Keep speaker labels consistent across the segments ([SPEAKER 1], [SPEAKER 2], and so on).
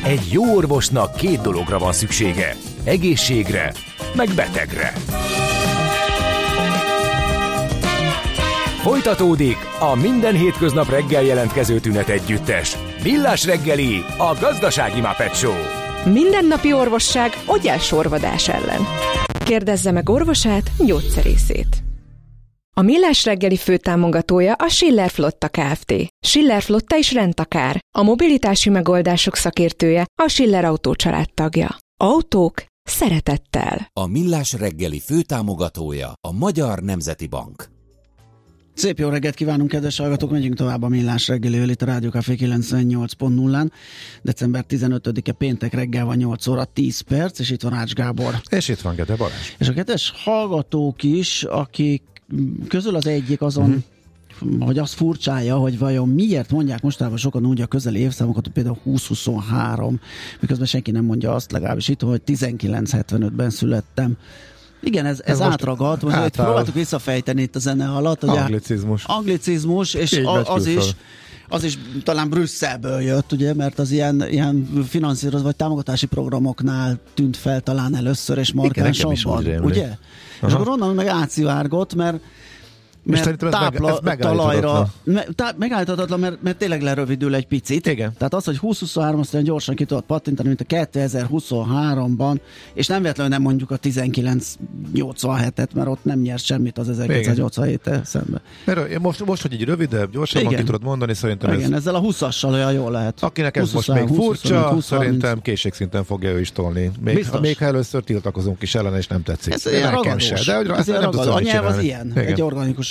[SPEAKER 1] Egy jó orvosnak 2 dologra van szüksége. Egészségre, meg betegre. Folytatódik a minden hétköznap reggel jelentkező tünet együttes. Millás reggeli, a gazdasági Muppet Show.
[SPEAKER 2] Mindennapi orvosság ogyásorvadás ellen. Kérdezze meg orvosát, gyógyszerészét. A Millás reggeli főtámogatója a Schiller Flotta Kft. Schiller Flotta is rendtakár. A mobilitási megoldások szakértője, a Schiller Autó család tagja. Autók szeretettel.
[SPEAKER 3] A Millás reggeli főtámogatója a Magyar Nemzeti Bank.
[SPEAKER 4] Szép jó reggelt kívánunk, kedves hallgatók! Megyünk tovább a Millás reggelivel itt a Rádió Café 98.0-án. December 15-e péntek reggel van 8 óra 10 perc, és itt van Ács Gábor.
[SPEAKER 5] És itt van Gede Balázs.
[SPEAKER 4] És a kedves hallgatók is, akik közül az egyik azon, hogy azt furcsálja, hogy vajon miért mondják mostában sokan úgy a közeli évszámokat, hogy például 2023, miközben senki nem mondja azt, legalábbis itt, hogy 1975-ben születtem. Igen, ez átragadt, most próbáltuk visszafejteni itt a zene alatt. Anglicizmus, és az is talán Brüsszelből jött, ugye, mert az ilyen finanszírozó vagy támogatási programoknál tűnt fel talán először, és markánsabban, ugye? Aha. És akkor onnan meg átszivárgott, mert talajra megállíthatatlan, mert tényleg lerövidül egy picit.
[SPEAKER 5] Igen.
[SPEAKER 4] Tehát az, hogy 2023 azt olyan gyorsan ki tudod pattintani, mint a 2023-ban, és nem véletlenül nem mondjuk a 1987-et, mert ott nem nyert semmit az 1987-tel szemben.
[SPEAKER 5] Most, hogy így rövidebb, gyorsabban ki tudod mondani, szerintem
[SPEAKER 4] igen, ezzel a 20-assal olyan jól lehet.
[SPEAKER 5] Akinek ez most még furcsa, szerintem készségszinten fogja ő is tolni. Még ha először tiltakozunk is ellene, és nem tetszik.
[SPEAKER 4] Ez ilyen ragadós. A nyelv az ilyen, egy organikus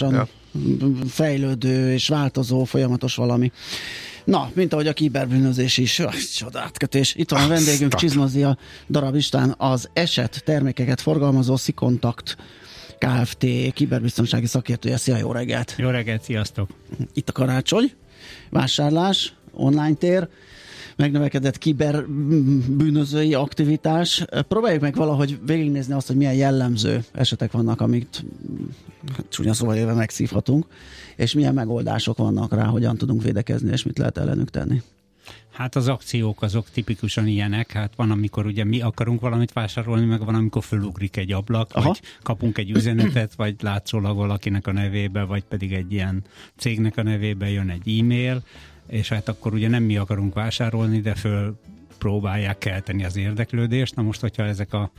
[SPEAKER 4] fejlődő és változó, folyamatos valami. Na, mint ahogy a kiberbűnözés is. Csodátkötés. Itt van a vendégünk, Csizmazia darabistán, az Eset termékeket forgalmazó Szikontakt Kft. Kiberbiztonsági szakértője. Szia, jó reggelt!
[SPEAKER 6] Jó reggelt, sziasztok!
[SPEAKER 4] Itt a karácsony, vásárlás, online tér, megnövekedett kiberbűnözői aktivitás. Próbáljuk meg valahogy végignézni azt, hogy milyen jellemző esetek vannak, amit csúnya szóval élve megszívhatunk, és milyen megoldások vannak rá, hogyan tudunk védekezni, és mit lehet ellenük tenni.
[SPEAKER 6] Hát az akciók azok tipikusan ilyenek, hát van, amikor ugye mi akarunk valamit vásárolni, meg van, amikor fölugrik egy ablak, vagy kapunk egy üzenetet, vagy látszólag valakinek a nevébe, vagy pedig egy ilyen cégnek a nevébe jön egy e-mail, és hát akkor ugye nem mi akarunk vásárolni, de fölpróbálják kelteni az érdeklődést. Na most, hogyha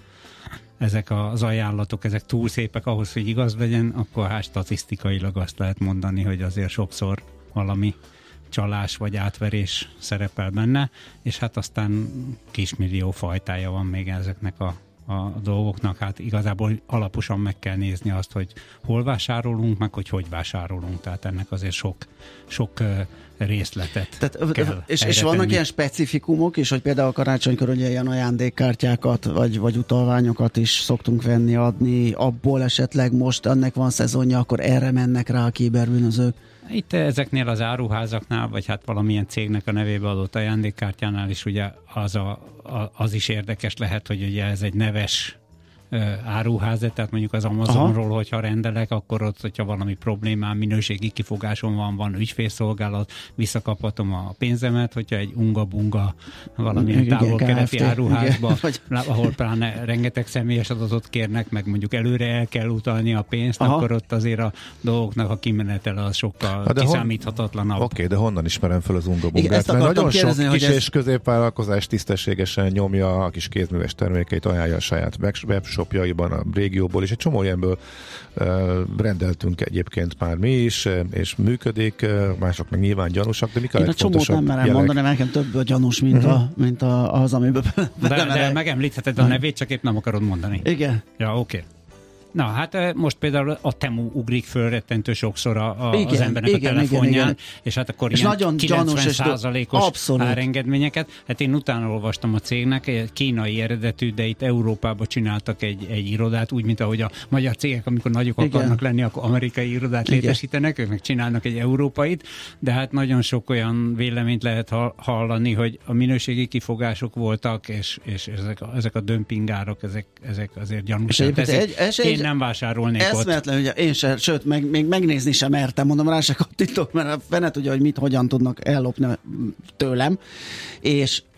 [SPEAKER 6] ezek az ajánlatok, ezek túl szépek ahhoz, hogy igaz legyen, akkor hát statisztikailag azt lehet mondani, hogy azért sokszor valami csalás vagy átverés szerepel benne, és hát aztán kismillió fajtája van még ezeknek a dolgoknak. Hát igazából alaposan meg kell nézni azt, hogy hol vásárolunk, meg hogy vásárolunk. Tehát ennek azért sok részletet kell
[SPEAKER 4] és vannak ilyen specifikumok is, hogy például a karácsonykor ugye ilyen ajándékkártyákat vagy utalványokat is szoktunk venni, adni, abból esetleg most ennek van szezonja, akkor erre mennek rá a kiberbűnözők.
[SPEAKER 6] Itt ezeknél az áruházaknál, vagy hát valamilyen cégnek a nevébe adott ajándékkártyánál is ugye az is érdekes lehet, hogy ugye ez egy neves áruházat, tehát mondjuk az Amazonról, hogyha rendelek, akkor ott, hogyha valami problémám, minőségi kifogásom van ügyfélszolgálat, visszakaphatom a pénzemet, hogyha egy unga-bunga valamilyen távol-keleti áruházba, ahol pláne rengeteg személyes adatot kérnek, meg mondjuk előre el kell utalni a pénzt, akkor ott azért a dolgoknak a kimenetele az sokkal kiszámíthatatlanabb.
[SPEAKER 5] Oké, de honnan ismerem fel az unga-bungát? Mert nagyon sok kis és középvállalkozás tisztességesen nyomja a kis kézműves termékeit, ajánlja a saját webshopjaiban a régióból, és egy csomó ilyenből rendeltünk egyébként már mi is, és működik, mások meg nyilván gyanúsak, de mik a legfontosabb jelek?
[SPEAKER 4] Én a csomót nem merem mondani, mert nekem több a gyanús, mint az, amiben
[SPEAKER 6] de megemlítheted a nevét, csak épp nem akarod mondani.
[SPEAKER 4] Igen.
[SPEAKER 6] Ja, oké. Na, hát most például a Temu ugrik föl rettentő sokszor az embernek a telefonján, és hát akkor és ilyen 90%-os árengedményeket. Hát én utána olvastam a cégnek, egy kínai eredetű, de itt Európában csináltak egy irodát, úgy, mint ahogy a magyar cégek, amikor nagyok akarnak lenni, akkor amerikai irodát létesítenek, ők meg csinálnak egy európait, de hát nagyon sok olyan véleményt lehet hallani, hogy a minőségi kifogások voltak, és ezek a dömpingárak, ezek azért gyanúsak. Én nem vásárolnék ott.
[SPEAKER 4] Eszméletlen, ugye én sem, sőt, még megnézni sem mertem, mondom, rá se kattintok, mert a fene tudja, hogy hogyan tudnak ellopni tőlem, és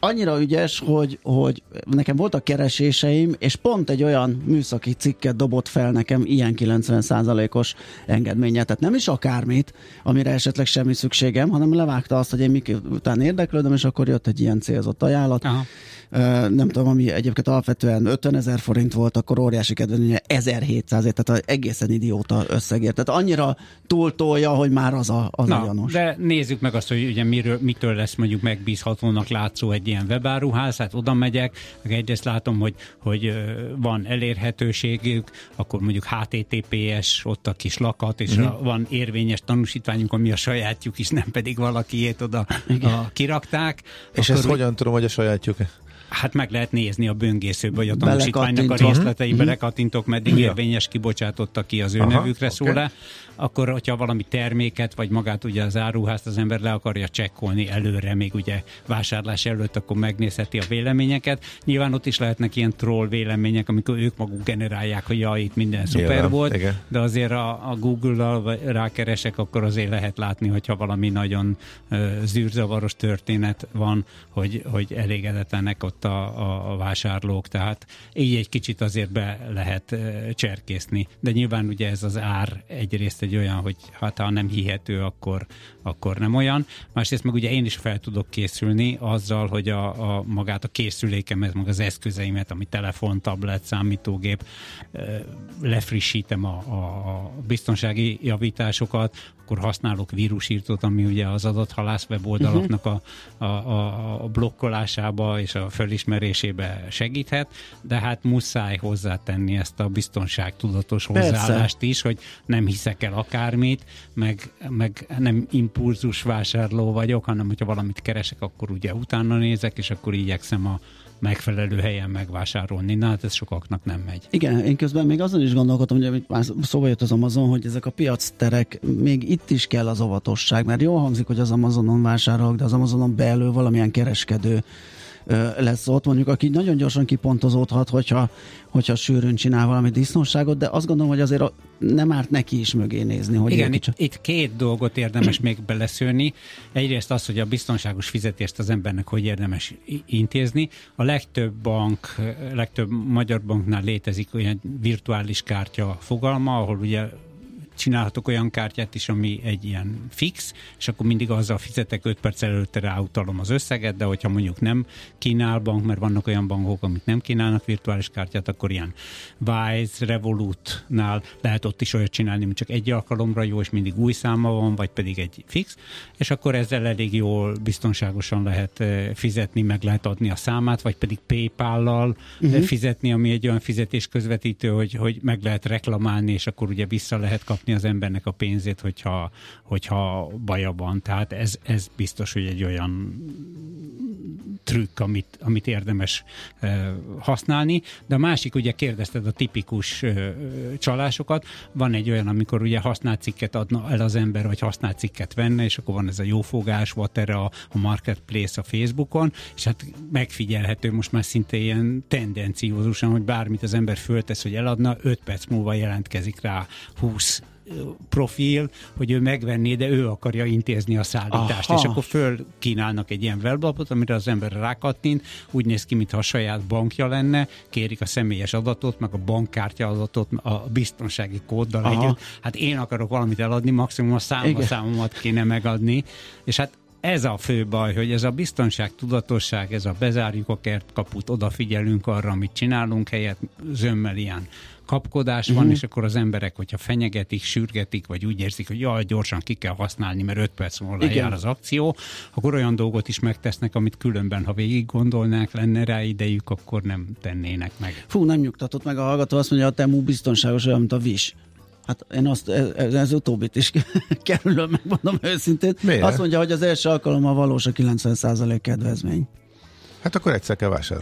[SPEAKER 4] annyira ügyes, hogy nekem voltak kereséseim, és pont egy olyan műszaki cikket dobott fel nekem ilyen 90%-os engedménye. Tehát nem is akármit, amire esetleg semmi szükségem, hanem levágta azt, hogy én mikután érdeklődöm, és akkor jött egy ilyen célzott ajánlat. Aha. Nem tudom, ami egyébként alapvetően 50 000 forint volt, akkor óriási kedvezménye 1700, tehát egészen idióta összegért. Tehát annyira túltolja, hogy már az a gyanús.
[SPEAKER 6] De nézzük meg azt, hogy ugye mitől lesz mondjuk megbízhatónak látszó egy ilyen webáruház, hát oda megyek, meg egyrészt látom, hogy van elérhetőségük, akkor mondjuk HTTPS, ott a kis lakat, és van érvényes tanúsítványunk, ami a sajátjuk is, nem pedig valakiét oda kirakták.
[SPEAKER 5] És ezt hogyan tudom, hogy a sajátjuk?
[SPEAKER 6] Hát meg lehet nézni a böngészőbe, vagy a tanúsítványnak a részleteibe, lekattintok, meddig érvényes, kibocsátotta ki az ő nevükre szól le. Akkor, hogyha valami terméket, vagy magát ugye az áruházt az ember le akarja csekkolni előre, még ugye vásárlás előtt, akkor megnézheti a véleményeket. Nyilván ott is lehetnek ilyen troll vélemények, amikor ők maguk generálják, hogy itt minden szuper volt, igen. De azért a Google-dal rákeresek, akkor azért lehet látni, hogyha valami nagyon zűrzavaros történet van, hogy elégedetlenek ott a vásárlók, tehát így egy kicsit azért be lehet cserkészni. De nyilván ugye ez az ár egyrészt egy olyan, hogy hát ha nem hihető, akkor nem olyan. Másrészt meg ugye én is fel tudok készülni azzal, hogy magát a készülékemet, meg az eszközeimet, ami telefon, tablet, számítógép, lefrissítem a biztonsági javításokat, akkor használok vírusírtót, ami ugye az adathalász weboldalaknak a blokkolásába és a felismerésébe segíthet, de hát muszáj hozzátenni ezt a biztonságtudatos hozzáállást is, hogy nem hiszek el akármit, meg nem impulzus vásárló vagyok, hanem hogyha valamit keresek, akkor ugye utána nézek, és akkor igyekszem a megfelelő helyen megvásárolni. Na, hát ez sokaknak nem megy.
[SPEAKER 4] Igen, én közben még azon is gondolkodtam, hogy már szóba jött az Amazon, hogy ezek a piacterek, még itt is kell az óvatosság, mert jól hangzik, hogy az Amazonon vásárolok, de az Amazonon belül valamilyen kereskedő lesz ott, mondjuk, aki nagyon gyorsan kipontozódhat, hogyha sűrűn csinál valami disznóságot, de azt gondolom, hogy azért nem árt neki is mögé nézni. Hogy
[SPEAKER 6] igen, itt két dolgot érdemes még beleszőni. Egyrészt az, hogy a biztonságos fizetést az embernek hogy érdemes intézni. A legtöbb magyar banknál létezik olyan virtuális kártya fogalma, ahol ugye csinálhatok olyan kártyát is, ami egy ilyen fix, és akkor mindig azzal fizetek 5 perc előtte ráutalom az összeget, de hogyha mondjuk nem kínál bank, mert vannak olyan bankok, amik nem kínálnak virtuális kártyát, akkor ilyen Wise, Revolutnál lehet ott is olyat csinálni, mint csak egy alkalomra jó, és mindig új száma van, vagy pedig egy fix, és akkor ezzel elég jól, biztonságosan lehet fizetni, meg lehet adni a számát, vagy pedig PayPal-lal fizetni, ami egy olyan fizetés közvetítő, hogy meg lehet reklamálni, és akkor ugye vissza lehet kapni az embernek a pénzét, hogyha baja van. Tehát ez biztos, hogy egy olyan trükk, amit érdemes használni. De a másik, ugye kérdezted a tipikus csalásokat. Van egy olyan, amikor ugye használt cikket adna el az ember, vagy használt cikket venne, és akkor van ez a jófogás, Vatera, a Marketplace a Facebookon, és hát megfigyelhető most már szinte ilyen tendenciózusan, hogy bármit az ember föltesz, hogy eladna, 5 perc múlva jelentkezik rá 20 profil, hogy ő megvenné, de ő akarja intézni a szállítást. Aha. És akkor fölkínálnak egy ilyen weblapot, amire az ember rákattint, úgy néz ki, mintha a saját bankja lenne, kérik a személyes adatot, meg a bankkártya adatot a biztonsági kóddal együtt. Hát én akarok valamit eladni, maximum a számomat kéne megadni, és hát ez a fő baj, hogy ez a biztonság, tudatosság, ez a bezárjuk a kertkaput, odafigyelünk arra, amit csinálunk, helyett zömmel ilyen kapkodás van, és akkor az emberek, hogyha fenyegetik, sürgetik, vagy úgy érzik, hogy jaj, gyorsan ki kell használni, mert 5 perc múlva jár az akció, akkor olyan dolgot is megtesznek, amit különben, ha végig gondolnák, lenne rá idejük, akkor nem tennének meg.
[SPEAKER 4] Fú, nem nyugtatott meg a hallgató, azt mondja, a Temu biztonságos olyan, mint a Wish. Hát én ez utóbbit is kerülöm, megmondom őszintén.
[SPEAKER 5] Miért?
[SPEAKER 4] Azt mondja, hogy az első alkalommal valós a 90% kedvezmény.
[SPEAKER 5] Hát akkor egyszer kell vásárolni.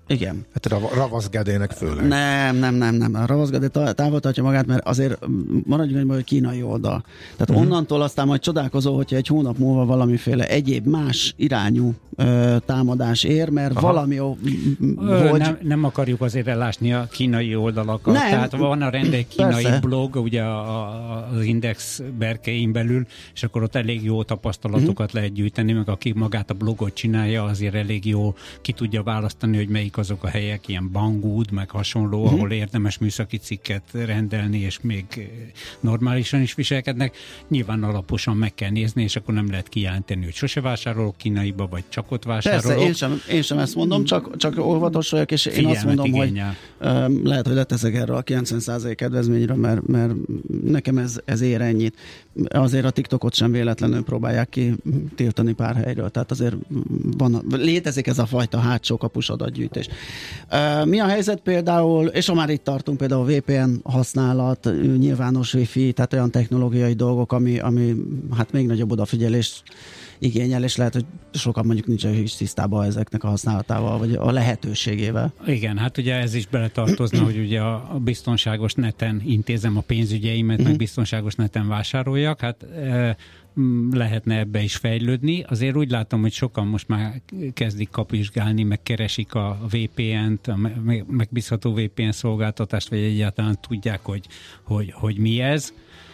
[SPEAKER 4] Igen.
[SPEAKER 5] Hát Ravaszgedének főleg.
[SPEAKER 4] Nem. A Ravaszgedé távol tartja magát, mert azért maradjunk egyben, hogy kínai oldal. Tehát onnantól aztán majd csodálkozol, hogyha egy hónap múlva valamiféle egyéb más irányú támadás ér, mert valami hogy...
[SPEAKER 6] Nem akarjuk azért elásni a kínai oldalakat.
[SPEAKER 4] Nem.
[SPEAKER 6] Tehát van a egy kínai
[SPEAKER 4] Persze.
[SPEAKER 6] blog, ugye az Index berkein belül, és akkor ott elég jó tapasztalatokat lehet gyűjteni, meg aki magát a blogot csinálja, azért elég jó ki tudja választani, hogy melyik azok a helyek, ilyen Banggood, meg hasonló, ahol érdemes műszaki cikket rendelni, és még normálisan is viselkednek. Nyilván alaposan meg kell nézni, és akkor nem lehet kijelenteni, hogy sose vásárolok kínaiba, vagy csak ott vásárolok.
[SPEAKER 4] Persze, én sem ezt mondom, csak óvatos vagyok, és én azt mondom,
[SPEAKER 6] igényel.
[SPEAKER 4] hogy lehet, hogy leteszek erről a 90% kedvezményre, mert nekem ez ér ennyit. Azért a TikTokot sem véletlenül próbálják ki tiltani pár helyről, tehát azért létezik ez a fajta hátsó kapus adatgyűjtés. Mi a helyzet például, és ha már itt tartunk, például VPN használat, nyilvános wifi, tehát olyan technológiai dolgok, ami hát még nagyobb odafigyelést igényel, és lehet, hogy sokan mondjuk nincs is tisztában ezeknek a használatával, vagy a lehetőségével.
[SPEAKER 6] Igen, hát ugye ez is beletartozna, hogy ugye a biztonságos neten intézem a pénzügyeimet, meg biztonságos neten vásároljak, hát lehetne ebbe is fejlődni. Azért úgy látom, hogy sokan most már kezdik kapizsgálni, meg keresik a VPN-t, a megbízható VPN szolgáltatást, vagy egyáltalán tudják, hogy mi ez.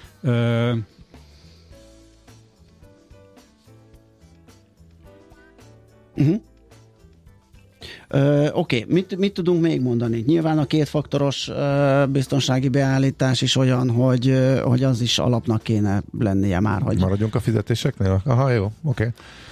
[SPEAKER 4] Oké, mit tudunk még mondani? Nyilván a kétfaktoros biztonsági beállítás is olyan, hogy az is alapnak kéne lennie már. Hogy...
[SPEAKER 5] Maradjunk a fizetéseknél? Aha, jó, oké.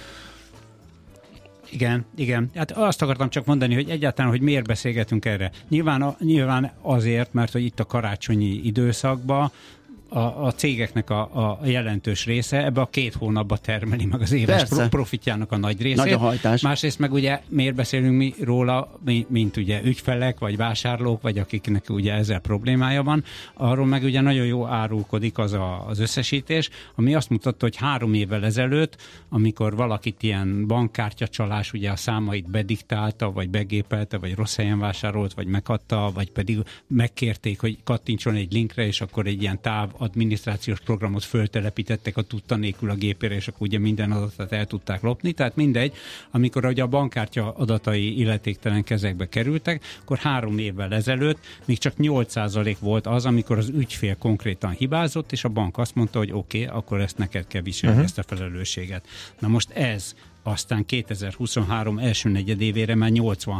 [SPEAKER 6] Igen. Hát azt akartam csak mondani, hogy egyáltalán, hogy miért beszélgetünk erre. Nyilván azért, mert hogy itt a karácsonyi időszakban a cégeknek a jelentős része ebbe a 2 hónapba termeli meg az éves profitjának a nagy részét.
[SPEAKER 4] Nagy a hajtás.
[SPEAKER 6] Másrészt meg ugye miért beszélünk mi róla, mint ugye ügyfelek, vagy vásárlók, vagy akiknek ugye ezzel problémája van. Arról meg ugye nagyon jó árulkodik az összesítés, ami azt mutatta, hogy 3 évvel ezelőtt, amikor valakit ilyen bankkártyacsalás ugye a számait bediktálta, vagy begépelte, vagy rossz helyen vásárolt, vagy megadta, vagy pedig megkérték, hogy kattintson egy linkre, és akkor egy ilyen adminisztrációs programot föltelepítettek a tudta nélkül a gépére, és akkor ugye minden adatot el tudták lopni. Tehát mindegy, amikor ugye a bankkártya adatai illetéktelen kezekbe kerültek, akkor 3 évvel ezelőtt még csak 8% volt az, amikor az ügyfél konkrétan hibázott, és a bank azt mondta, hogy oké, akkor ezt neked kell viselni, ezt a felelősséget. Na most ez aztán 2023 első negyedévére már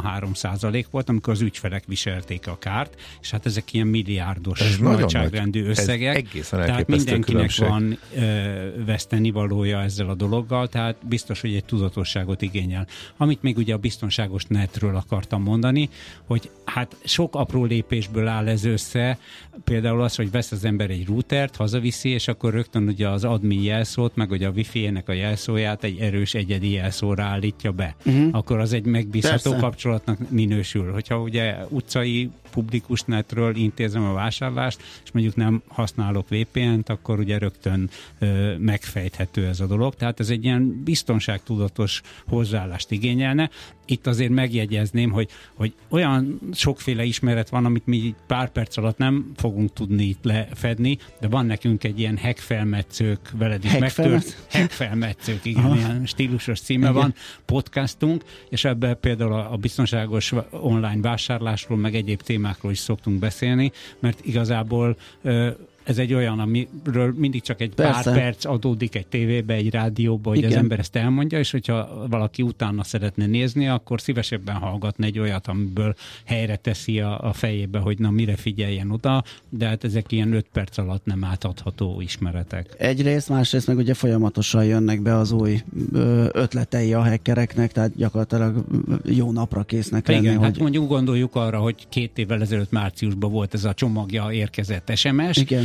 [SPEAKER 6] 83% volt, amikor az ügyfelek viselték a kárt, és hát ezek ilyen milliárdos nagyságrendű összegek. Tehát mindenkinek van vesztenivalója ezzel a dologgal, tehát biztos, hogy egy tudatosságot igényel. Amit még ugye a biztonságos netről akartam mondani, hogy hát sok apró lépésből áll ez össze, például az, hogy vesz az ember egy routert, hazaviszi, és akkor rögtön ugye az admin jelszót, meg ugye a wifi-nek a jelszóját egy erős egyedi jelszóra állítja be. Akkor az egy megbízható kapcsolatnak minősül. Hogyha ugye utcai publikus netről intézem a vásárlást, és mondjuk nem használok VPN-t, akkor ugye rögtön megfejthető ez a dolog. Tehát ez egy ilyen biztonságtudatos hozzáállást igényelne. Itt azért megjegyezném, hogy olyan sokféle ismeret van, amit mi pár perc alatt nem fogunk tudni itt lefedni, de van nekünk egy ilyen hackfelmetszők, veled is megtört hackfelmetszők, igen, ilyen stílusos címe van, podcastunk, és ebben például a biztonságos online vásárlásról, meg egyéb témákról is szoktunk beszélni, mert igazából ez egy olyan, amiről mindig csak egy pár perc adódik egy tévébe, egy rádióba, hogy az ember ezt elmondja, és hogyha valaki utána szeretne nézni, akkor szívesebben hallgatna egy olyat, amiből helyre teszi a fejébe, hogy na mire figyeljen oda, de hát ezek ilyen 5 perc alatt nem átadható ismeretek.
[SPEAKER 4] Egyrészt, másrészt meg ugye folyamatosan jönnek be az új ötletei a hackereknek, tehát gyakorlatilag jó napra késznek lenni.
[SPEAKER 6] Igen, hát mondjuk gondoljuk arra, hogy 2 évvel ezelőtt márciusban volt ez a csomagja érkezett SMS,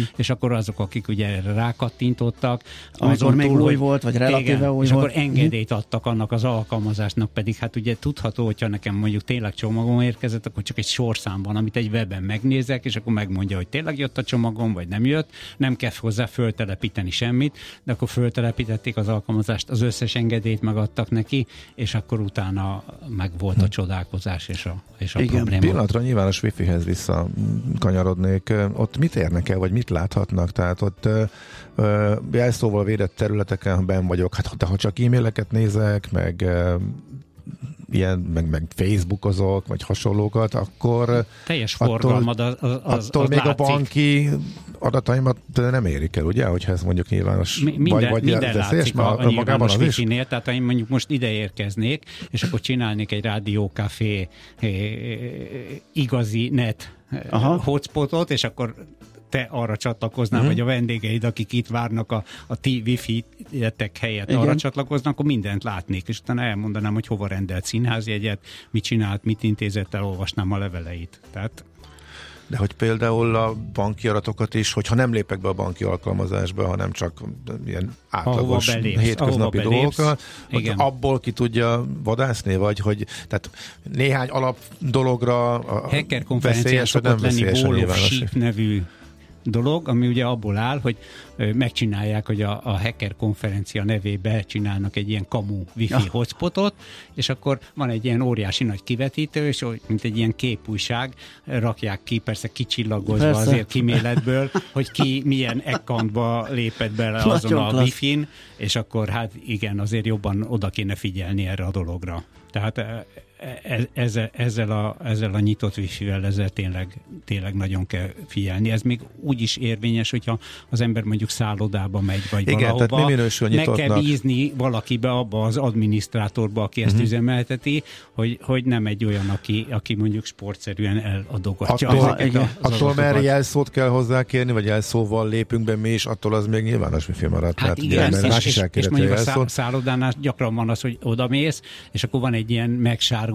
[SPEAKER 6] és akkor azok, akik ugye erre rákattintottak,
[SPEAKER 4] amikor még új volt, vagy relatíve új
[SPEAKER 6] és
[SPEAKER 4] volt.
[SPEAKER 6] akkor engedélyt adtak annak az alkalmazásnak, pedig hát ugye tudható, hogyha nekem mondjuk tényleg csomagom érkezett, akkor csak egy sorszám van, amit egy weben megnézek, és akkor megmondja, hogy tényleg jött a csomagom, vagy nem jött, nem kell hozzá föltelepíteni semmit, de akkor föltelepítették az alkalmazást, az összes engedélyt megadtak neki, és akkor utána meg volt a csodálkozás és a probléma.
[SPEAKER 5] Pillanatra nyilvános wifi-hez visszakanyarodnék. Ott mit érnek el, vagy mit láthatnak? Tehát ott jelszóval védett területeken, ha benn vagyok, hát de ha csak e-maileket nézek, meg ilyen, meg Facebookozok, vagy hasonlókat, akkor
[SPEAKER 6] teljes forgalmad
[SPEAKER 5] attól még
[SPEAKER 6] látszik.
[SPEAKER 5] a banki adataimat nem érik el, ugye? Hogyha ez mondjuk nyilvános
[SPEAKER 6] minden látszik a nyilvános wifi-nél, tehát ha én mondjuk most ide érkeznék, és akkor csinálnék egy rádiókafé igazi net hotspotot, és akkor te arra csatlakoznál, vagy a vendégeid, akik itt várnak a ti wifi-jetek helyett arra csatlakoznak, akkor mindent látnék, és utána elmondanám, hogy hova rendelt színházjegyet, mit csinált, mit intézett, elolvasnám a leveleit. Tehát...
[SPEAKER 5] De hogy például a banki adatokat is, hogyha nem lépek be a banki alkalmazásba, hanem csak ilyen átlagos hétköznapi dolgokkal, hogy abból ki tudja vadászni, vagy hogy tehát néhány alap dologra
[SPEAKER 6] hacker konferencián szokott lenni Wall of Sheep nevű dolog, ami ugye abból áll, hogy megcsinálják, hogy a hacker konferencia nevébe csinálnak egy ilyen kamu wifi hotspotot, és akkor van egy ilyen óriási nagy kivetítő, és mint egy ilyen képújság, rakják ki, persze kicsillagozva azért kiméletből, hogy ki milyen accountba lépett bele azon a wifi-n, és akkor hát igen, azért jobban oda kéne figyelni erre a dologra. Tehát ezzel a nyitott wifi-vel ezzel tényleg nagyon kell figyelni. Ez még úgy is érvényes, hogyha az ember mondjuk szállodába megy, vagy valahova, meg kell bízni valakibe, abba az adminisztrátorba, aki ezt üzemelteti, hogy nem egy olyan, aki mondjuk sportszerűen eladogatja
[SPEAKER 5] attól merre jelszót kell hozzá kérni, vagy jelszóval lépünk be mi is, attól az még nyilvános wifi maradt.
[SPEAKER 6] Hát igen, és mondjuk a szállodánál gyakran van az, hogy odamész, és akkor van egy ilyen megsárgult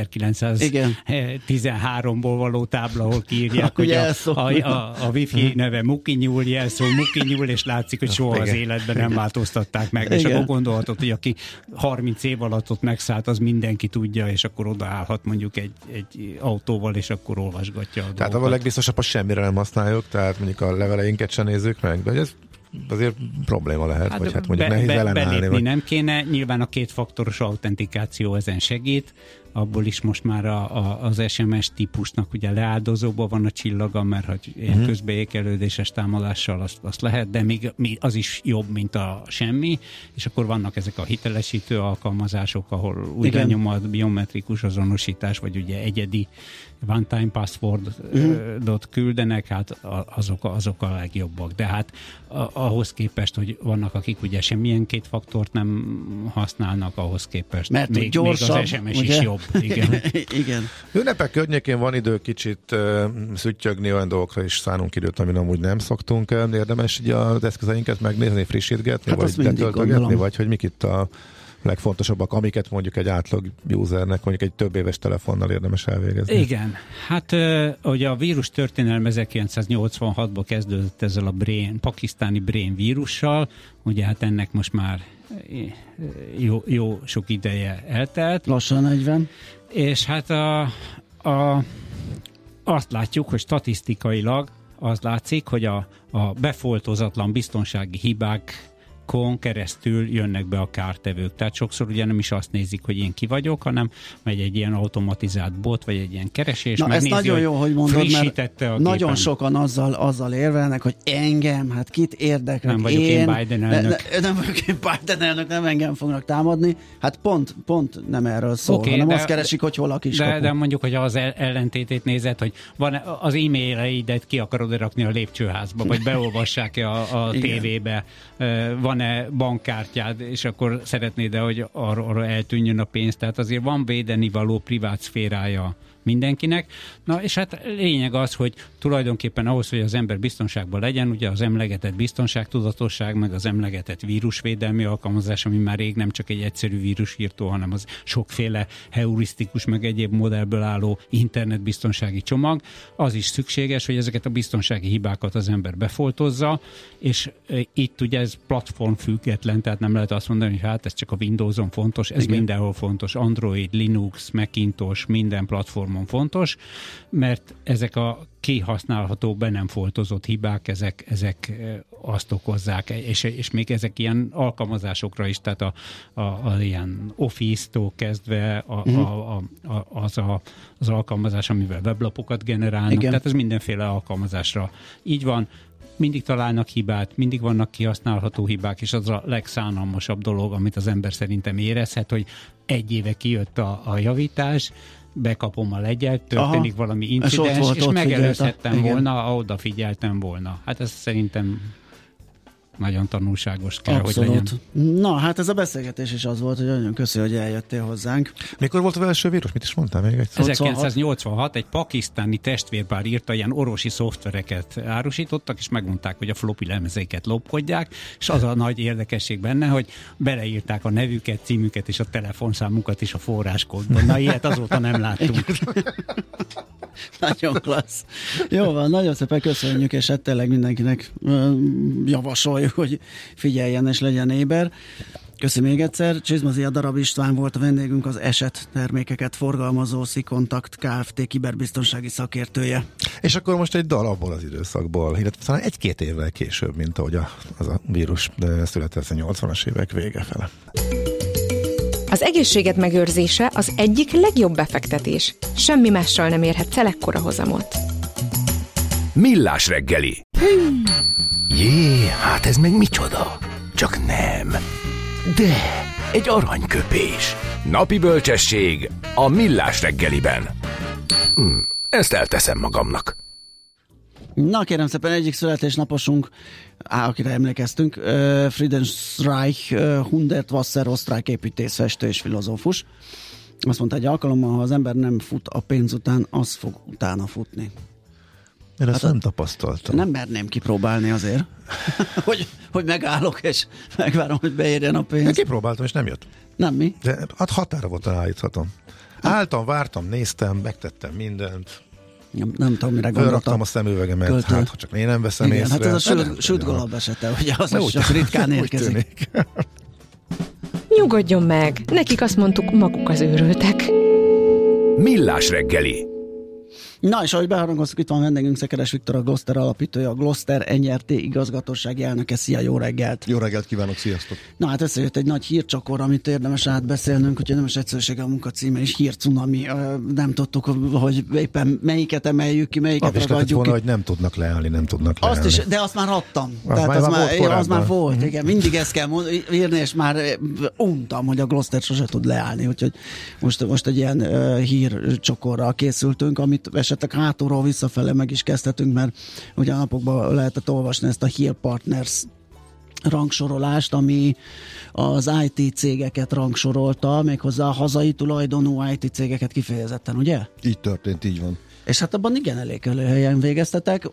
[SPEAKER 6] 1913-ból való tábla, ahol kiírják, hogy a wifi neve Mukinyúl, jelszó Mukinyúl, és látszik, hogy soha az életben nem változtatták meg. És akkor gondolhatod, hogy aki 30 év alatt ott megszállt, az mindenki tudja, és akkor odaállhat mondjuk egy autóval, és akkor olvasgatja a dolgokat.
[SPEAKER 5] Tehát a legbiztosabb, hogy semmire nem használjuk, tehát mondjuk a leveleinket sem nézzük meg, de ez azért probléma lehet, vagy hát mondjuk nehéz ellenállni.
[SPEAKER 6] Belépni nem kéne, nyilván a kétfaktoros autentikáció ezen segít, abból is most már az SMS típusnak ugye leáldozóban van a csillaga, mert hogy ilyen közbeékelődéses támadással azt lehet, de még az is jobb, mint a semmi, és akkor vannak ezek a hitelesítő alkalmazások, ahol újra nyomat, biometrikus azonosítás, vagy ugye egyedi one-time passwordot küldenek, hát azok a legjobbak. De hát ahhoz képest, hogy vannak, akik ugye semmilyen kétfaktort nem használnak, ahhoz képest
[SPEAKER 4] mert
[SPEAKER 6] még
[SPEAKER 4] gyorsabb,
[SPEAKER 6] az SMS
[SPEAKER 4] ugye?
[SPEAKER 6] is jobb. Igen.
[SPEAKER 4] Igen.
[SPEAKER 5] Ünnepek környékén van idő kicsit szüttyögni, olyan dolgokra is szánunk időt, amin amúgy nem szoktunk. Érdemes így az eszközeinket megnézni, frissítgetni,
[SPEAKER 4] hát
[SPEAKER 5] vagy betöltögetni, vagy hogy mik itt a legfontosabbak, amiket mondjuk egy átlag usernek, mondjuk egy több éves telefonnal érdemes elvégezni.
[SPEAKER 6] Igen. Hát ugye a vírus történelme 1986-ban kezdődött ezzel a pakisztáni brain vírussal, ugye hát ennek most már jó sok ideje eltelt.
[SPEAKER 4] Lassan 40.
[SPEAKER 6] És hát azt látjuk, hogy statisztikailag az látszik, hogy a befoltozatlan biztonsági hibák keresztül jönnek be a kártevők. Tehát sokszor ugye nem is azt nézik, hogy én ki vagyok, hanem megy egy ilyen automatizált bot, vagy egy ilyen keresés.
[SPEAKER 4] Na, ez nagyon jó, hogy mondod, mert nagyon sokan azzal érvelnek, hogy engem, hát kit érdekel.
[SPEAKER 6] Nem vagyok én Biden elnök.
[SPEAKER 4] Nem vagyok én Biden elnök, nem engem fognak támadni. Hát pont nem erről szól, hanem azt keresik, hogy hol a kiskapu.
[SPEAKER 6] De mondjuk, hogy az ellentétét nézed, hogy van az e-maileidet ki akarod rakni a lépcsőházba, vagy beolvassák-e a tévébe, van-e bankkártyád, és akkor szeretnéd, hogy arra eltűnjön a pénz. Tehát azért van védeni való privát szférája mindenkinek. Na, és hát lényeg az, hogy tulajdonképpen ahhoz, hogy az ember biztonságban legyen, ugye az emlegetett biztonságtudatosság, meg az emlegetett vírusvédelmi alkalmazás, ami már rég nem csak egy egyszerű vírusírtó, hanem az sokféle heurisztikus, meg egyéb modellből álló internetbiztonsági csomag, az is szükséges, hogy ezeket a biztonsági hibákat az ember befoltozza, és itt ugye ez platform független, tehát nem lehet azt mondani, hogy hát ez csak a Windowson fontos, ez mindenhol fontos, Android, Linux, Macintosh, minden platformon fontos, mert ezek a kihasználható, be nem foltozott hibák, ezek azt okozzák, és még ezek ilyen alkalmazásokra is, tehát a ilyen Office-tól kezdve az alkalmazás, amivel weblapokat generálnak, igen. Tehát ez mindenféle alkalmazásra így van. Mindig találnak hibát, mindig vannak kihasználható hibák, és az a legszánalmasabb dolog, amit az ember szerintem érezhet, hogy egy éve kijött a javítás, bekapom a legyet, történik valami incidens, és megelőzhettem volna, odafigyeltem volna. Hát ez szerintem nagyon tanulságos kell,
[SPEAKER 4] abszolút.
[SPEAKER 6] Hogy legyen.
[SPEAKER 4] Na, hát ez a beszélgetés is az volt, hogy nagyon köszönöm, hogy eljöttél hozzánk.
[SPEAKER 5] Mikor volt az első vírus? Mit is mondtál még egyszer?
[SPEAKER 6] 1986 egy pakisztáni testvérpár írta, ilyen orvosi szoftvereket árusítottak, és megmondták, hogy a floppy lemezeiket lopkodják, és az a nagy érdekesség benne, hogy beleírták a nevüket, címüket és a telefonszámukat is a forráskódban. Na, ilyet azóta nem láttunk.
[SPEAKER 4] Nagyon klassz. Jó van, nagyon szépen köszönjük, és hát tényleg mindenkinek javasoljuk, hogy figyeljen és legyen éber. Köszönöm még egyszer. Csizmazia Darab István volt a vendégünk, az Eset termékeket forgalmazó Szikontakt Kft. Kiberbiztonsági szakértője.
[SPEAKER 5] És akkor most egy dal abból az időszakból, illetve talán 1-2 évvel később, mint ahogy az a vírus született a 80-as évek vége fele.
[SPEAKER 2] Az egészséged megőrzése az egyik legjobb befektetés. Semmi mással nem érhetsz el ekkora hozamot.
[SPEAKER 1] Millás reggeli. Jé, hát ez meg micsoda? Csak nem. De egy aranyköpés. Napi bölcsesség a Millás reggeliben. Ezt elteszem magamnak.
[SPEAKER 4] Na kérem szépen, egyik születésnaposunk, akire emlékeztünk, Friedrich Hundertwasser, osztrák építész, festő és filozófus. Azt mondta egy alkalommal, ha az ember nem fut a pénz után, az fog utána futni.
[SPEAKER 5] Én ezt nem tapasztaltam.
[SPEAKER 4] Nem merném kipróbálni azért, hogy megállok és megvárom, hogy beérjen a pénz.
[SPEAKER 5] Én kipróbáltam, és nem jött.
[SPEAKER 4] Nem mi?
[SPEAKER 5] De hát határa volt állíthatom. Álltam, vártam, néztem, megtettem mindent.
[SPEAKER 4] Nem tudom, mire gondoltam.
[SPEAKER 5] Fölraktam a szemüvegemet, költő. Hát ha csak én nem veszem
[SPEAKER 4] igen,
[SPEAKER 5] észre.
[SPEAKER 4] Hát ez a sütgalab esete, ugye az is csak ritkán érkezik.
[SPEAKER 2] Nyugodjon meg, nekik azt mondtuk, maguk az őrültek.
[SPEAKER 1] Millás reggeli.
[SPEAKER 4] Na, és ahogy beharangoztuk, itt van vendégünk, Szekeres Viktor, a Gloster alapítója, a Gloster NRT igazgatósági elnöke. Szia, jó reggelt!
[SPEAKER 7] Jó reggelt kívánok, sziasztok!
[SPEAKER 4] Na, hát összejött egy nagy hírcsokor, amit érdemes átbeszélnünk, hogy nem is egyszerűsége a munkacíme, és hírcunami. Nem tudtuk, hogy éppen melyiket emeljük ki, melyiket ragadjuk ki.
[SPEAKER 5] Volna, hogy nem tudnak leállni, nem tudnak leállni.
[SPEAKER 4] Azt is, de azt már adtam. Az már volt, igen. Mindig ezt kell írni, és már untam, hogy a Gloster sose tud leállni, úgyhogy most egy ilyen hírcsokorral készültünk, amit esetleg hátulról visszafele meg is kezdhetünk, mert ugye a napokban lehetett olvasni ezt a Hill Partners rangsorolást, ami az IT cégeket rangsorolta, méghozzá a hazai tulajdonú IT cégeket kifejezetten, ugye?
[SPEAKER 7] Így történt, így van.
[SPEAKER 4] És hát abban igen elég előhelyen végeztetek.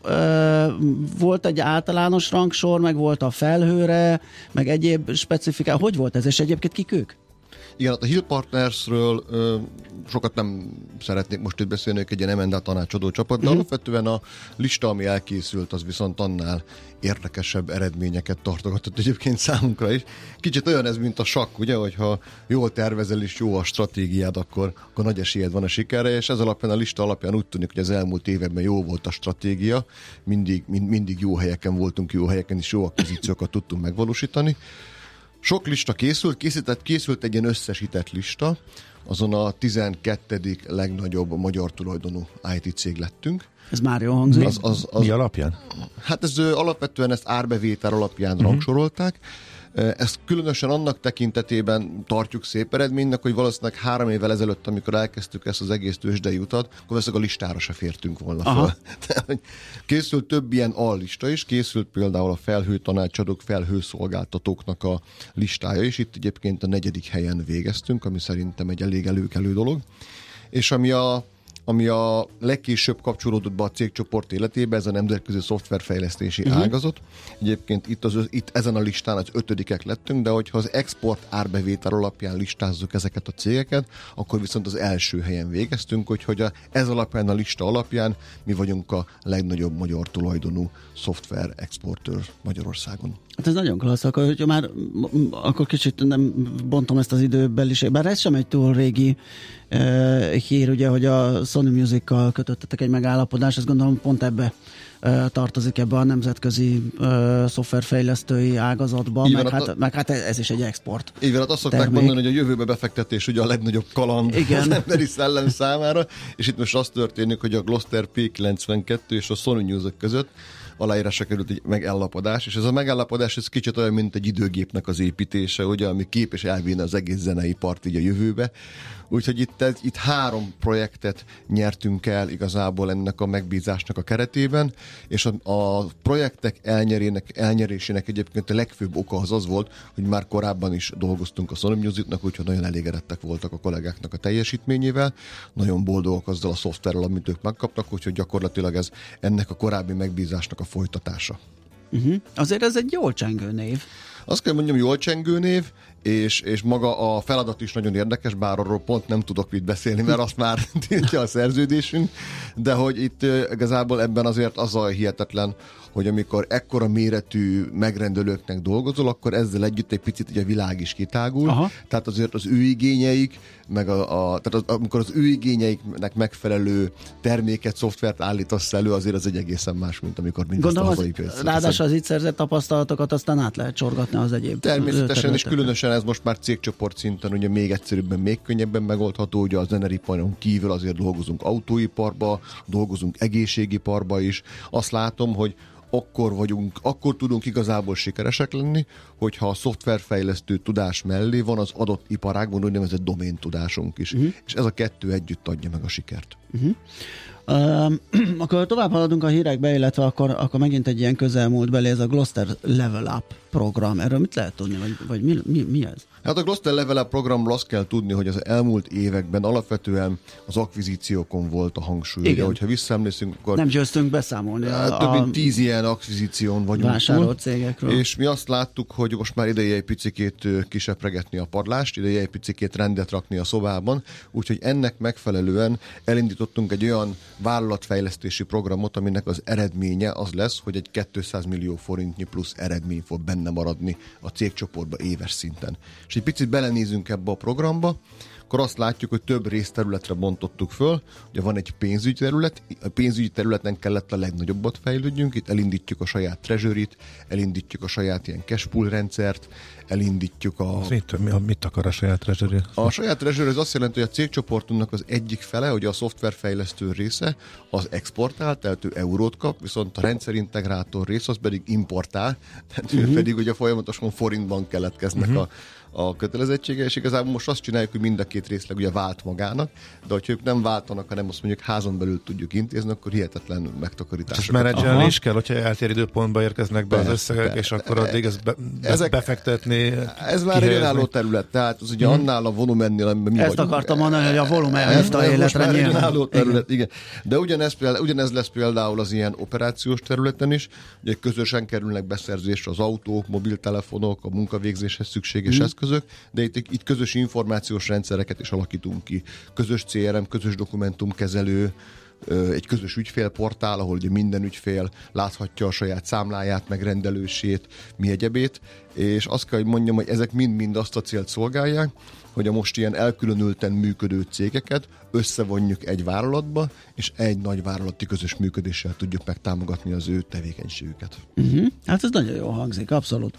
[SPEAKER 4] Volt egy általános rangsor, meg volt a felhőre, meg egyéb specifikál. Hogy volt ez, és egyébként kik ők?
[SPEAKER 7] Igen, a Hill Partnersről sokat nem szeretnék most itt beszélni, egy ilyen M&A tanácsadó csapat, de alapvetően a lista, ami elkészült, az viszont annál érdekesebb eredményeket tartogatott egyébként számunkra is. Kicsit olyan ez, mint a sakk, ugye, hogyha jól tervezel és jó a stratégiád, akkor nagy esélyed van a sikerre, és ez alapján a lista alapján úgy tűnik, hogy az elmúlt években jó volt a stratégia, mindig jó helyeken voltunk, jó helyeken is jó akvizíciókat tudtunk megvalósítani. Sok lista készült egy ilyen összesített lista, azon a 12. legnagyobb magyar tulajdonú IT cég lettünk.
[SPEAKER 4] Ez már jó hangzik.
[SPEAKER 5] Mi alapján?
[SPEAKER 7] Hát alapvetően ezt árbevétel alapján rangsorolták. Ezt különösen annak tekintetében tartjuk szép eredménynek, hogy valószínűleg 3 évvel ezelőtt, amikor elkezdtük ezt az egész tőzsdei utat, akkor valószínűleg a listára se fértünk volna föl. Tehát, készült több ilyen allista is, készült például a felhőtanácsadók, felhőszolgáltatóknak a listája is. Itt egyébként a 4. helyen végeztünk, ami szerintem egy elég előkelő dolog. És ami a ami a legkésőbb kapcsolódott be a cégcsoport életébe, ez a nemzetközi szoftverfejlesztési ágazat. Egyébként itt ezen a listán az 5. lettünk, de hogyha az export árbevétel alapján listázzuk ezeket a cégeket, akkor viszont az első helyen végeztünk, úgyhogy ez alapján, a lista alapján mi vagyunk a legnagyobb magyar tulajdonú szoftver exportőr Magyarországon.
[SPEAKER 4] Hát ez nagyon klassz, akkor kicsit nem bontom ezt az időbeliség, bár ez sem egy túl régi hír, ugye, hogy a Sony Music-kal kötöttetek egy megállapodást, ezt gondolom pont ebbe tartozik ebbe a nemzetközi szoftverfejlesztői ágazatba, meg hát ez is egy export.
[SPEAKER 7] Így van, hát azt szokták mondani, hogy a jövőbe befektetés ugye a legnagyobb kaland az emberi szellem számára, és itt most az történik, hogy a Gloster P92 és a Sony Music között aláírásra került egy megállapodás, és ez a megállapodás ez kicsit olyan, mint egy időgépnek az építése, ugye, ami képes elvinni az egész zeneipart így a jövőbe. Úgyhogy itt 3 projektet nyertünk el igazából ennek a megbízásnak a keretében, és a projektek elnyerésének egyébként a legfőbb oka az volt, hogy már korábban is dolgoztunk a Sony Musicnak, úgyhogy nagyon elégedettek voltak a kollégáknak a teljesítményével, nagyon boldogok azzal a szoftverrel, amit ők megkaptak, úgyhogy gyakorlatilag ez ennek a korábbi megbízásnak a folytatása.
[SPEAKER 4] Azért ez egy jól csengő név.
[SPEAKER 7] Azt kell mondjam, jól csengő név, és maga a feladat is nagyon érdekes, bár arról pont nem tudok mit beszélni, mert azt már tiltja a szerződésünk, de hogy itt igazából ebben azért az a hihetetlen, hogy amikor ekkora méretű megrendelőknek dolgozol, akkor ezzel együtt egy picit ugye a világ is kitágul. Aha. Tehát azért az ő igényeik, meg tehát amikor az ő igényeiknek megfelelő terméket, szoftvert állítasz elő, azért az egy egészen más, mint amikor mindezt a hazai piacra.
[SPEAKER 4] Ráadásul az itt szerzett tapasztalatokat aztán át lehet csorgatni az egyéb.
[SPEAKER 7] Természetesen, és különösen ez most már cégcsoport szinten ugye még egyszerűbben, még könnyebben megoldható, ugye a zeneriparon kívül azért dolgozunk autóiparba, dolgozunk egészségiparba is. Azt látom, hogy akkor tudunk igazából sikeresek lenni, hogyha a szoftverfejlesztő tudás mellé van az adott iparágban úgynevezett doméntudásunk is. És ez a kettő együtt adja meg a sikert.
[SPEAKER 4] Akkor tovább haladunk a hírekbe, illetve akkor megint egy ilyen közelmúltbeli, ez a Gloster Level Up program. Erről mit lehet tudni, vagy mi ez?
[SPEAKER 7] Hát a Gloster Level Up programról azt kell tudni, hogy az elmúlt években alapvetően az akvizíciókon volt a hangsúly. Igen. Hogyha visszaemlékszünk, akkor
[SPEAKER 4] nem győztünk beszámolni
[SPEAKER 7] több mint 10 ilyen akvizíción vagyunk.
[SPEAKER 4] Vásárolt cégekről.
[SPEAKER 7] És mi azt láttuk, hogy most már ideje egy picikét kisepregetni a padlást, ideje egy picikét rendet rakni a szobában, úgyhogy ennek megfelelően elindítottunk egy olyan vállalatfejlesztési programot, aminek az eredménye az lesz, hogy egy 200 millió forintnyi plusz eredmény fog benne maradni a cégcsoportba éves szinten. És egy picit belenézünk ebbe a programba, akkor azt látjuk, hogy több részterületre bontottuk föl. Ugye van egy pénzügyi terület, a pénzügyi területen kellett a legnagyobbat fejlődjünk, itt elindítjuk a saját treasury-t, elindítjuk a saját ilyen cashpool rendszert, elindítjuk a...
[SPEAKER 5] Mit akar a saját treasury?
[SPEAKER 7] A saját treasury az azt jelenti, hogy a cégcsoportunknak az egyik fele, hogy a szoftverfejlesztő része, az exportál, tehát ő eurót kap, viszont a rendszerintegrátor rész az pedig importál, tehát pedig ugye folyamatosan forintban keletkeznek a kötelezettsége, és igazából most azt csináljuk, hogy mind a két részleg ugye vált magának, de hogyha ők nem váltanak, hanem azt mondjuk házon belül tudjuk intézni, akkor hihetetlen megtakarítások.
[SPEAKER 5] És menedzselni is kell, hogyha eltér időpontba érkeznek be az összegek, és akkor addig ezt befektetni.
[SPEAKER 7] Ez már egy önálló terület, tehát az ugye annál a volumennél, amiben mi
[SPEAKER 4] ezt
[SPEAKER 7] vagyunk.
[SPEAKER 4] akartam mondani, hogy a volumen hívta a életre
[SPEAKER 7] nyilván. Terület, igen. De ugyanez lesz például az ilyen operációs területen is, ugye közösen kerülnek beszerzésre az autók, mobiltelefonok, a munkavégzéshez szükséges eszközök, de itt közös információs rendszereket is alakítunk ki. Közös CRM, közös dokumentumkezelő, egy közös ügyfélportál, ahol ugye minden ügyfél láthatja a saját számláját, megrendelősét, mi egyebét, és azt kell, hogy mondjam, hogy ezek mind-mind azt a célt szolgálják, hogy a most ilyen elkülönülten működő cégeket összevonjuk egy vállalatba, és egy nagy vállalati közös működéssel tudjuk megtámogatni az ő tevékenységüket.
[SPEAKER 4] Hát ez nagyon jól hangzik, abszolút.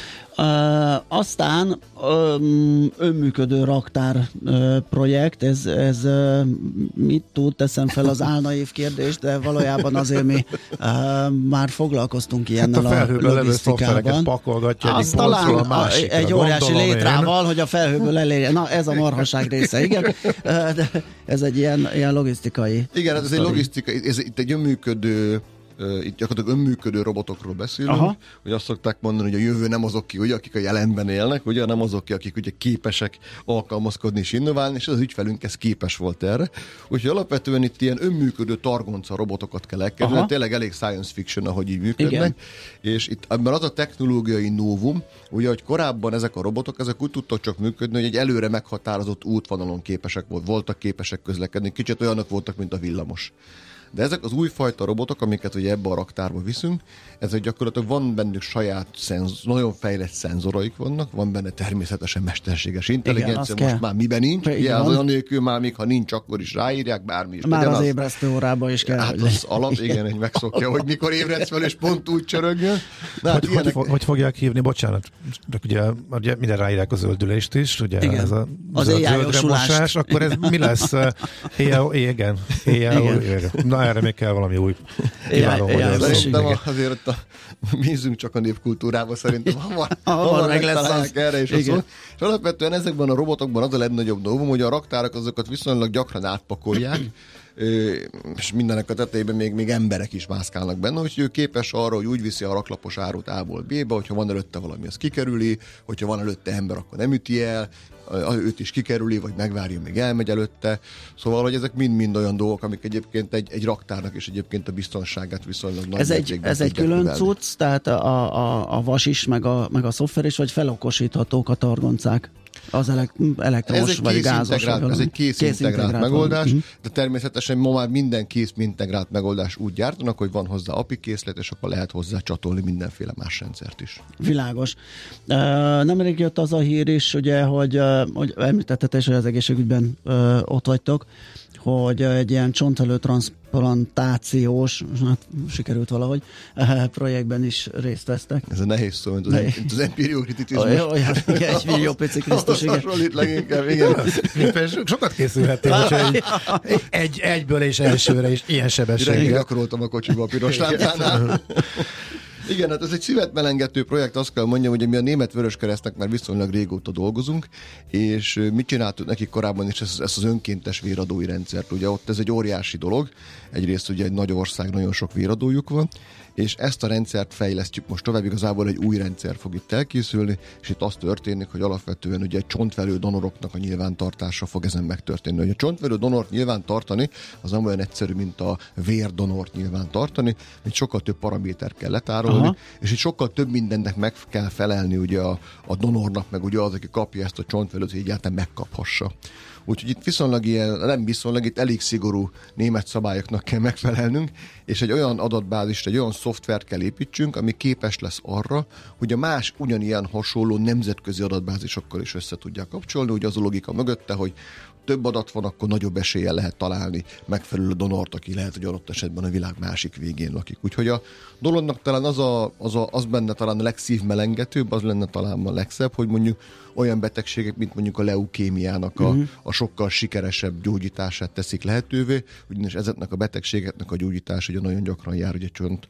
[SPEAKER 4] Aztán önműködő raktár projekt, ez mit tud, teszem fel az álnaív kérdést, de valójában azért mi már foglalkoztunk ilyennel a logisztikában. Azt talán a másikra, egy óriási létrával, hogy a felhőből elérje. Na, ez a marhaság része, igen. De ez egy ilyen logisztikai.
[SPEAKER 7] Igen, ez egy logisztikai, ez itt egy önműködő itt gyakorlatilag önműködő robotokról beszélünk, hogy azt szokták mondani, hogy a jövő nem azok ki, ugye, akik a jelenben élnek, ugye, nem azok ki, akik ugye képesek alkalmazkodni és innoválni, és az ügyfelünk ez képes volt erre. Úgyhogy alapvetően itt ilyen önműködő targonca robotokat kell elkezdeni, tényleg elég science fiction, ahogy így működnek. Igen. És itt ebben az a technológiai novum, ugye, hogy korábban ezek a robotok, ezek úgy tudtak csak működni, hogy egy előre meghatározott útvonalon voltak képesek közlekedni, kicsit olyanok voltak, mint a villamos. De ezek az újfajta robotok, amiket ugye ebbe a raktárba viszünk, ezek gyakorlatilag van bennük saját nagyon fejlett szenzoraik vannak, van benne természetesen mesterséges intelligencia, most már miben nincs, ugye, az olyan nélkül már még ha nincs, akkor is ráírják, bármi is.
[SPEAKER 4] Már az ébresztő órában is kell.
[SPEAKER 7] Hát az alap, igen, hogy megszokja, hogy mikor ébredsz fel, és pont úgy csörögjön.
[SPEAKER 5] Hogy fogják hívni, bocsánat, ugye minden ráírják a zöldülést is, ugye ez
[SPEAKER 4] az zöldre mosás,
[SPEAKER 5] akkor ez mi lesz? Igen. Na, erre még kell valami új kiváló magyar szó.
[SPEAKER 7] Szerintem azért bízunk csak a népkultúrába, szerintem hamar meg lesz erre is a szó. És alapvetően ezekben a robotokban az a legnagyobb dolgom, hogy a raktárak azokat viszonylag gyakran átpakolják, és mindenek a tetejében még emberek is mászkálnak benne, hogy ő képes arra, hogy úgy viszi a raklapos árut A-ból B-be, hogyha van előtte valami, az kikerüli, hogyha van előtte ember, akkor nem üti el, őt is kikerüli, vagy megvárja, még elmegy előtte. Szóval, hogy ezek mind-mind olyan dolgok, amik egyébként egy raktárnak és egyébként a biztonságát viszonylag nagy mértékben.
[SPEAKER 4] Ez egy külön cucc, tehát a vas is, meg a szoftver is, vagy felokosíthatók a targoncák? Az elektromos vagy gázos.
[SPEAKER 7] Ez egy kész integrált megoldás, de természetesen ma már minden kész integrált megoldás úgy gyártanak, hogy van hozzá API készlet, és akkor lehet hozzá csatolni mindenféle más rendszert is.
[SPEAKER 4] Világos. Nemrég jött az a hír is, ugye, hogy említetted is, hogy az egészségügyben ott vagytok, hogy egy ilyen csontvelő transplantációs, hát sikerült valahogy, projektben is részt vesztek.
[SPEAKER 7] Ez a nehéz szó, mint az empiriokritizmus.
[SPEAKER 4] Egy millió pici Krisztus, igen.
[SPEAKER 7] Hasonlít leginkább, igen.
[SPEAKER 5] Sokat készülhettél, úgyhogy egyből és elsőre is ilyen sebességgel.
[SPEAKER 7] Direkt gyakoroltam a kocsiba a piros lámpánál. Igen, hát ez egy szívetmelengető projekt, azt kell mondjam, hogy mi a Német Vöröskeresztnek már viszonylag régóta dolgozunk, és mit csináltuk nekik korábban is ezt az önkéntes véradói rendszert. Ugye ott ez egy óriási dolog, egyrészt ugye egy nagy ország, nagyon sok véradójuk van, és ezt a rendszert fejlesztjük most tovább, igazából egy új rendszer fog itt elkészülni, és itt az történik, hogy alapvetően ugye egy csontvelő donoroknak a nyilvántartása fog ezen megtörténni. Hogy a csontvelő donort nyilvántartani, az nem olyan egyszerű, mint a vérdonort nyilvántartani, mint sokkal több paraméter kell letárolni, és itt sokkal több mindennek meg kell felelni ugye a donornak, meg ugye az, aki kapja ezt a csontvelőt, hogy egyáltalán megkaphassa. Úgyhogy itt itt elég szigorú német szabályoknak kell megfelelnünk, és egy olyan adatbázist, egy olyan szoftvert kell építsünk, ami képes lesz arra, hogy a más ugyanilyen hasonló nemzetközi adatbázisokkal is össze tudják kapcsolni. Ugye az a logika mögötte, hogy több adat van, akkor nagyobb eséllyel lehet találni megfelelő donort, aki lehet, hogy adott esetben a világ másik végén lakik. Úgyhogy a dolognak talán az benne talán a legszívmelengetőbb, az lenne talán a legszebb, hogy mondjuk olyan betegségek, mint mondjuk a leukémiának a sokkal sikeresebb gyógyítását teszik lehetővé, ugyanis ezeknek a betegségeknek a gyógyítás ugye nagyon gyakran jár, ugye csont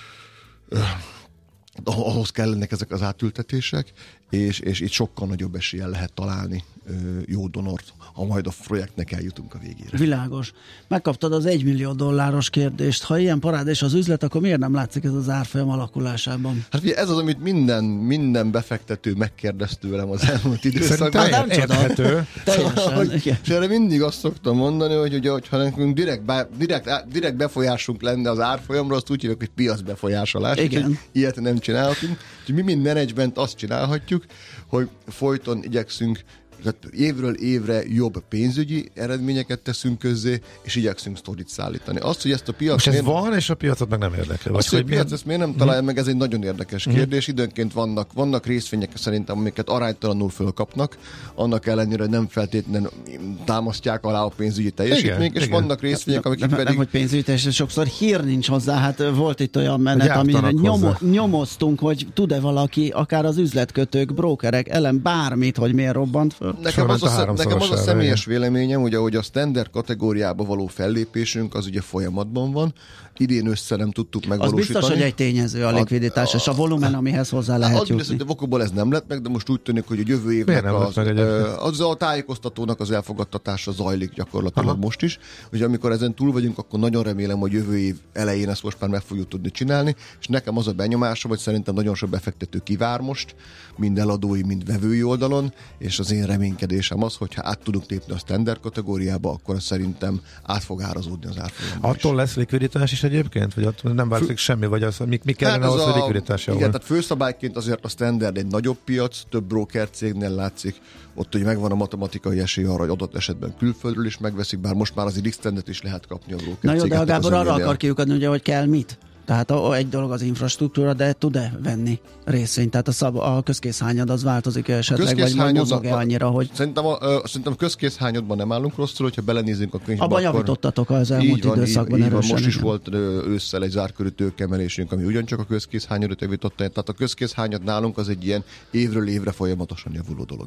[SPEAKER 7] ahhoz kellenek ezek az átültetések, és itt sokkal nagyobb eséllyel lehet találni jó donort, ha majd a projektnek eljutunk a végére.
[SPEAKER 4] Világos. Megkaptad az $1 millió kérdést. Ha ilyen parádés az üzlet, akkor miért nem látszik ez az árfolyam alakulásában?
[SPEAKER 7] Hát ugye ez az, amit minden befektető megkérdez tőlem az elmúlt időszakban.
[SPEAKER 4] Nem érthető. Teljesen.
[SPEAKER 7] És erre mindig azt szoktam mondani, hogy ugye, ha nekünk direkt befolyásunk lenne az árfolyamra, azt úgy hívjuk, hogy piacbefolyásolás. Igen. Ilyet nem csinálhatunk. Úgyhogy mi, mint menedzsment, azt csinálhatjuk, hogy folyton igyekszünk évről évre jobb pénzügyi eredményeket teszünk közzé, és igyekszünk sztorit szállítani. Azt, hogy ezt a piac...
[SPEAKER 5] Most ez van, és a piacot meg nem érdekel.
[SPEAKER 7] Azt, hogy a piac ezt miért nem találja meg, ez egy nagyon érdekes kérdés. Időnként vannak részvények szerintem, amiket aránytalanul fölkapnak, annak ellenére nem feltétlenül támasztják alá a pénzügyi teljesítményt, és vannak részvények, amik pedig...
[SPEAKER 4] Nem, hogy pénzügyi teljesítmény, sokszor hír nincs hozzá, hát volt itt olyan menet, amire nyomoztunk, hogy tud-e valaki, akár az üzletkötők, brókerek ellen bármit, hogy miért robbant föl,
[SPEAKER 7] Nekem az a személyes véleményem, ugye, hogy a standard kategóriába való fellépésünk az ugye folyamatban van. Idén össze nem tudtuk megvalósítani.
[SPEAKER 4] Az biztos, hogy egy tényező a likviditás, és a volumen, amihez hozzá lehet jutni.
[SPEAKER 7] Az Vokóból ez nem lett meg, de most úgy tűnik, hogy a jövő évnek az a tájékoztatónak az elfogadtatása zajlik gyakorlatilag most is. Ugye amikor ezen túl vagyunk, akkor nagyon remélem, hogy jövő év elején ezt most már meg fogjuk tudni csinálni, és nekem az a benyomásom, hogy szerintem nagyon sok befektető kivár most, mind eladói, mind vevői oldalon, és az én reménykedésem az, hogyha át tudunk lépni a standard kategóriába, akkor szerintem át fog árazódni az árfolyam.
[SPEAKER 5] Attól lesz likviditás is egyébként? Vagy ott nem változik semmi? Vagy az, mi kellene ahhoz, hogy likviditás javul?
[SPEAKER 7] Igen, tehát főszabályként azért a standard egy nagyobb piac, több broker cégnél látszik, ott hogy megvan a matematikai esély arra, hogy adott esetben külföldről is megveszik, bár most már az X-tendet is lehet kapni a broker
[SPEAKER 4] cégek. Na jó, de a Gábor arra akar kiukadni, ugye, hogy kell mit? Tehát egy dolog az infrastruktúra, de tud-e venni részvényt? Tehát a közkészhányad az változik esetleg, vagy mozog-e annyira, hogy...
[SPEAKER 7] Szerintem a közkészhányadban nem állunk rosszul, hogyha belenézünk a könyvbe.
[SPEAKER 4] Abban javítottatok az elmúlt időszakban erősen.
[SPEAKER 7] Most is volt ősszel egy zárkörű tőkeemelésünk, ami ugyancsak a közkészhányadot javította. Tehát a közkészhányad nálunk az egy ilyen évről évre folyamatosan javuló dolog.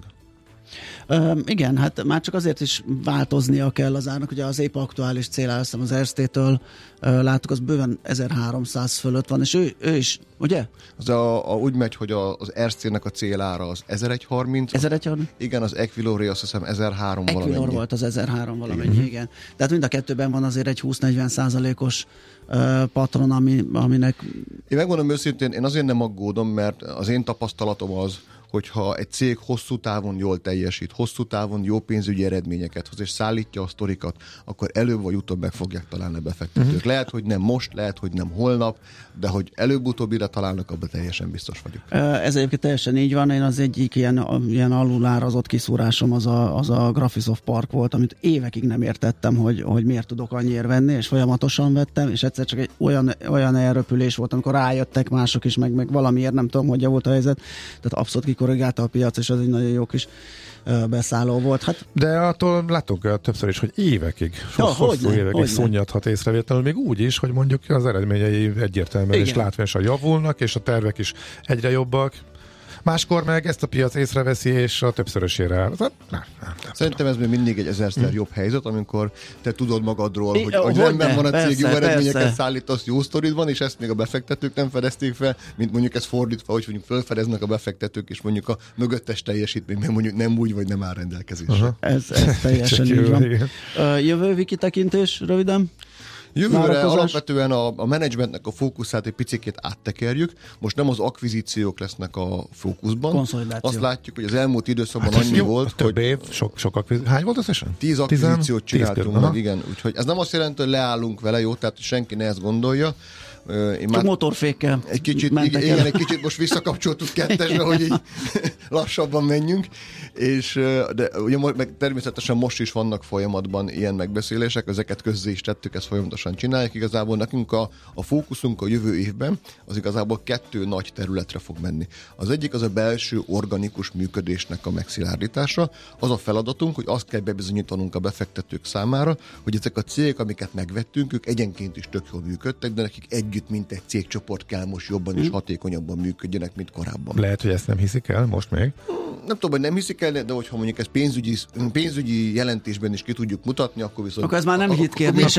[SPEAKER 4] Igen, hát már csak azért is változnia kell az árnak, ugye az épp aktuális célára, az Erste-től láttuk, az bőven 1300 fölött van, és ő is, ugye?
[SPEAKER 7] Az úgy megy, hogy az Erste-nek a célára az 1130.
[SPEAKER 4] 1130?
[SPEAKER 7] Igen, az Equilor azt hiszem 1003 valamennyi.
[SPEAKER 4] Equilor volt az 1003 valamennyi, igen. Tehát mind a kettőben van azért egy 20-40%-os patron, aminek...
[SPEAKER 7] Én megmondom őszintén, én azért nem aggódom, mert az én tapasztalatom az, hogyha egy cég hosszú távon jól teljesít, hosszú távon jó pénzügyi eredményeket hoz, és szállítja a sztorikat, akkor előbb vagy utóbb meg fogják találni a befektetők. Lehet, hogy nem most, lehet, hogy nem holnap, de hogy előbb-utóbb ide találnak, abban teljesen biztos vagyok.
[SPEAKER 4] Ez egyébként teljesen így van. Én az egyik ilyen alulárazott kiszúrásom az a Graphisoft Park volt, amit évekig nem értettem, hogy miért tudok annyiért venni, és folyamatosan vettem, és egyszer csak egy olyan elröpülés volt, amikor rájöttek mások is, meg valamiért nem tudom, hogy volt a helyzet. Tehát abszolút korrigálta a piac, és ez egy nagyon jó kis beszálló volt. Hát...
[SPEAKER 5] De attól látunk többször is, hogy évekig, hosszú évekig szunnyadhat észrevétlenül, még úgy is, hogy mondjuk az eredményei egyértelműen és látványosan javulnak, és a tervek is egyre jobbak. Máskor meg ezt a piac észreveszi, és a többszörösére áll.
[SPEAKER 7] Szerintem ez még mindig egy ezerszer jobb helyzet, amikor te tudod magadról, hogy rendben van a cég, jó eredményeket szállítasz, jó sztorid van, és ezt még a befektetők nem fedezték fel, mint mondjuk ez fordítva, hogy mondjuk felfedeznek a befektetők, és mondjuk a mögöttes teljesítmény, meg mondjuk nem úgy, vagy nem áll rendelkezésre.
[SPEAKER 4] Ez teljesen így van. Jövő évi kitekintés, röviden?
[SPEAKER 7] Jövőre alapvetően a menedzsmentnek a fókuszát egy picikét áttekerjük. Most nem az akvizíciók lesznek a fókuszban.
[SPEAKER 4] Konszolidáció.
[SPEAKER 7] Azt látjuk, hogy az elmúlt időszakban annyi volt,
[SPEAKER 5] több év, sok akvizíció. Hány volt összesen?
[SPEAKER 7] 10 akvizíciót csináltunk meg, igen. Úgyhogy ez nem azt jelenti, hogy leállunk vele, jó, tehát senki ne ezt gondolja.
[SPEAKER 4] Csak motorfékkel
[SPEAKER 7] egy kicsit most visszakapcsoltuk kettesbe, hogy így lassabban menjünk, de ugye meg természetesen most is vannak folyamatban ilyen megbeszélések, ezeket közzé is tettük, ezt folyamatosan csináljuk. Igazából nekünk a fókuszunk a jövő évben az igazából 2 nagy területre fog menni. Az egyik az a belső organikus működésnek a megszilárdítása. Az a feladatunk, hogy azt kell bebizonyítanunk a befektetők számára, hogy ezek a cégek, amiket megvettünk, ők egyenként is tök jól működtek, de nekik együtt, mint egy cégcsoport kell most jobban és hatékonyabban működjenek, mint korábban.
[SPEAKER 5] Lehet, hogy ezt nem hiszik el most még?
[SPEAKER 7] Nem tudom, hogy nem hiszik el, de hogyha mondjuk ezt pénzügyi jelentésben is ki tudjuk mutatni, akkor viszont...
[SPEAKER 4] Akkor ez már nem hit kérdés.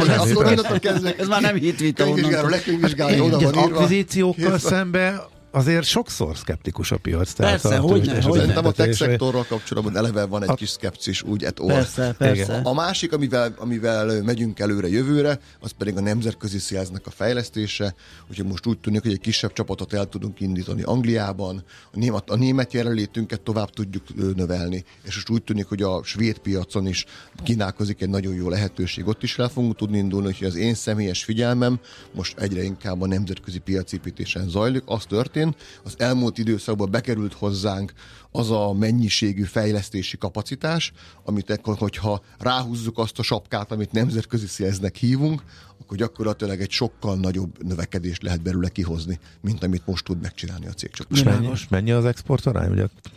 [SPEAKER 4] Ez már nem hit vita.
[SPEAKER 7] Könyvvizsgáló, oda van írva.
[SPEAKER 5] Akvizíciókkal szembe azért sokszor szkeptikus a piac.
[SPEAKER 4] Persze, hogyne.
[SPEAKER 7] Szerintem a tech szektorral kapcsolatban eleve van egy kis szkepszis, úgy
[SPEAKER 4] Persze.
[SPEAKER 7] A másik, amivel megyünk előre jövőre, az pedig a nemzetközi szélznek a fejlesztése. Úgyhogy most úgy tűnik, hogy egy kisebb csapatot el tudunk indítani Angliában, a német jelenlétünket tovább tudjuk növelni, és most úgy tűnik, hogy a svéd piacon is kínálkozik egy nagyon jó lehetőség. Ott is el fogunk tudni indulni, hogy az én személyes figyelmem most egyre inkább a nemzetközi piacépítésen zajlik. Az történt, az elmúlt időszakban bekerült hozzánk az a mennyiségű fejlesztési kapacitás, amit hogyha ráhúzzuk azt a sapkát, amit nemzetközi szélznek hívunk, akkor gyakorlatilag egy sokkal nagyobb növekedést lehet belőle kihozni, mint amit most tud megcsinálni a cégcsoport.
[SPEAKER 5] Mennyi az export arány? Ugye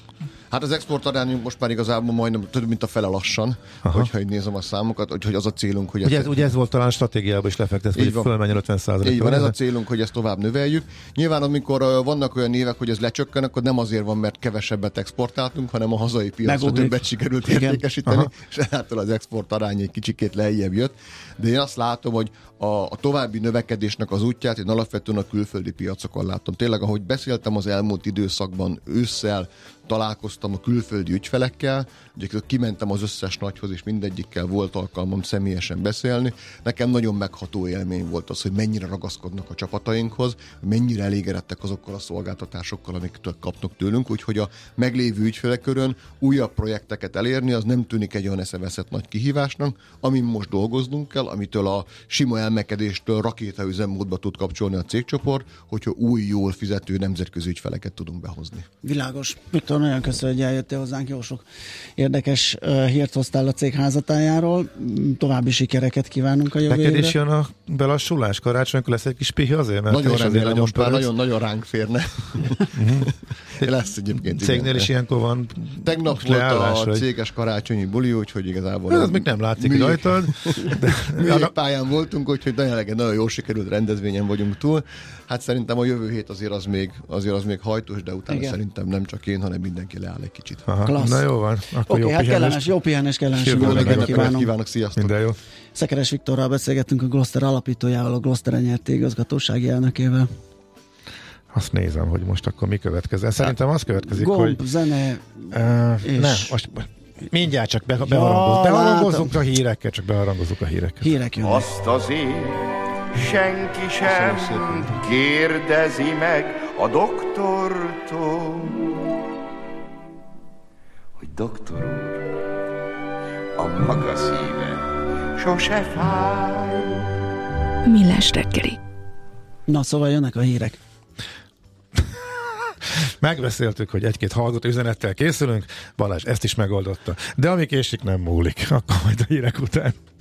[SPEAKER 7] Hát az exportarányunk most már igazából majdnem több, mint a fele lassan, hogyha így nézem a számokat, hogy az a célunk, hogy...
[SPEAKER 5] Ugye ez volt talán stratégiában is lefektetve, hogy fölmenjen 50%-ra.
[SPEAKER 7] Így van, ez a célunk, hogy ezt tovább növeljük. Nyilván, amikor vannak olyan évek, hogy ez lecsökken, akkor nem azért van, mert kevesebbet exportáltunk, hanem a hazai piacra többet sikerült értékesíteni, és ezáltal az export arány egy kicsikét lejjebb jött. De én azt látom, hogy a további növekedésnek az útját én alapvetően a külföldi piacokon látom. Tényleg, ahogy beszéltem az elmúlt időszakban ősszel, találkoztam a külföldi ügyfelekkel, ugye kimentem az összes nagyhoz, és mindegyikkel volt alkalmam személyesen beszélni. Nekem nagyon megható élmény volt az, hogy mennyire ragaszkodnak a csapatainkhoz, mennyire elégedettek azokkal a szolgáltatásokkal, amiket kapnak tőlünk, úgyhogy a meglévő ügyfelekörön újabb projekteket elérni, az nem tűnik egy olyan eszeveszett nagy kihívásnak, amin most dolgoznunk kell, amitől a sima elmekedéstől rakétaüzemmódba tud kapcsolni a cégcsoport, hogyha új, jól fizető nemzetközi ügyfeleket tudunk behozni.
[SPEAKER 4] Világos. Viktor, nagyon köszönöm, hogy eljöttél hozzánk, jó sok érdekes hírt hoztál a cég házatájáról. További sikereket kívánunk a jövő évre.
[SPEAKER 5] Neked is jön a belassulás karácsonykor, lesz egy kis pihi azért? Mert
[SPEAKER 7] nagyon remélem, most már nagyon ránk férne. Lesz egyébként.
[SPEAKER 5] Cégnél is ilyenkor van.
[SPEAKER 7] Tegnap volt a céges karácsonyi buli, úgyhogy igazából...
[SPEAKER 5] Ez még nem látszik rajtad.
[SPEAKER 7] Pályán voltunk, úgyhogy nagyon jól sikerült rendezvényen vagyunk túl. Hát szerintem a jövő hét azért az még hajtós, de utána szerintem nem csak én, hanem mindenki leáll egy kicsit.
[SPEAKER 5] Na jó van.
[SPEAKER 4] Akkor jó pihenés, kellemes
[SPEAKER 7] kívánok, sziasztok!
[SPEAKER 5] Minden jó.
[SPEAKER 4] Szekeres Viktorral beszélgettünk, a Gloster alapítójával, a Gloster nyert igazgatósági elnökével.
[SPEAKER 5] Azt nézem, hogy most akkor mi következik. Szerintem az következik,
[SPEAKER 4] gomb, hogy... zene
[SPEAKER 5] és... Nem, most mindjárt csak beharangozunk a hírekkel,
[SPEAKER 4] Hírek jönnek.
[SPEAKER 8] Azt azért senki sem kérdezi meg a doktortól, hogy doktor úr, a maga szíve sose fáj.
[SPEAKER 2] Millás reggeli.
[SPEAKER 4] Na, szóval jönnek a hírek.
[SPEAKER 5] Megbeszéltük, hogy egy-két hallgató üzenettel készülünk, Balázs ezt is megoldotta. De ami késik, nem múlik. Akkor majd a hírek után.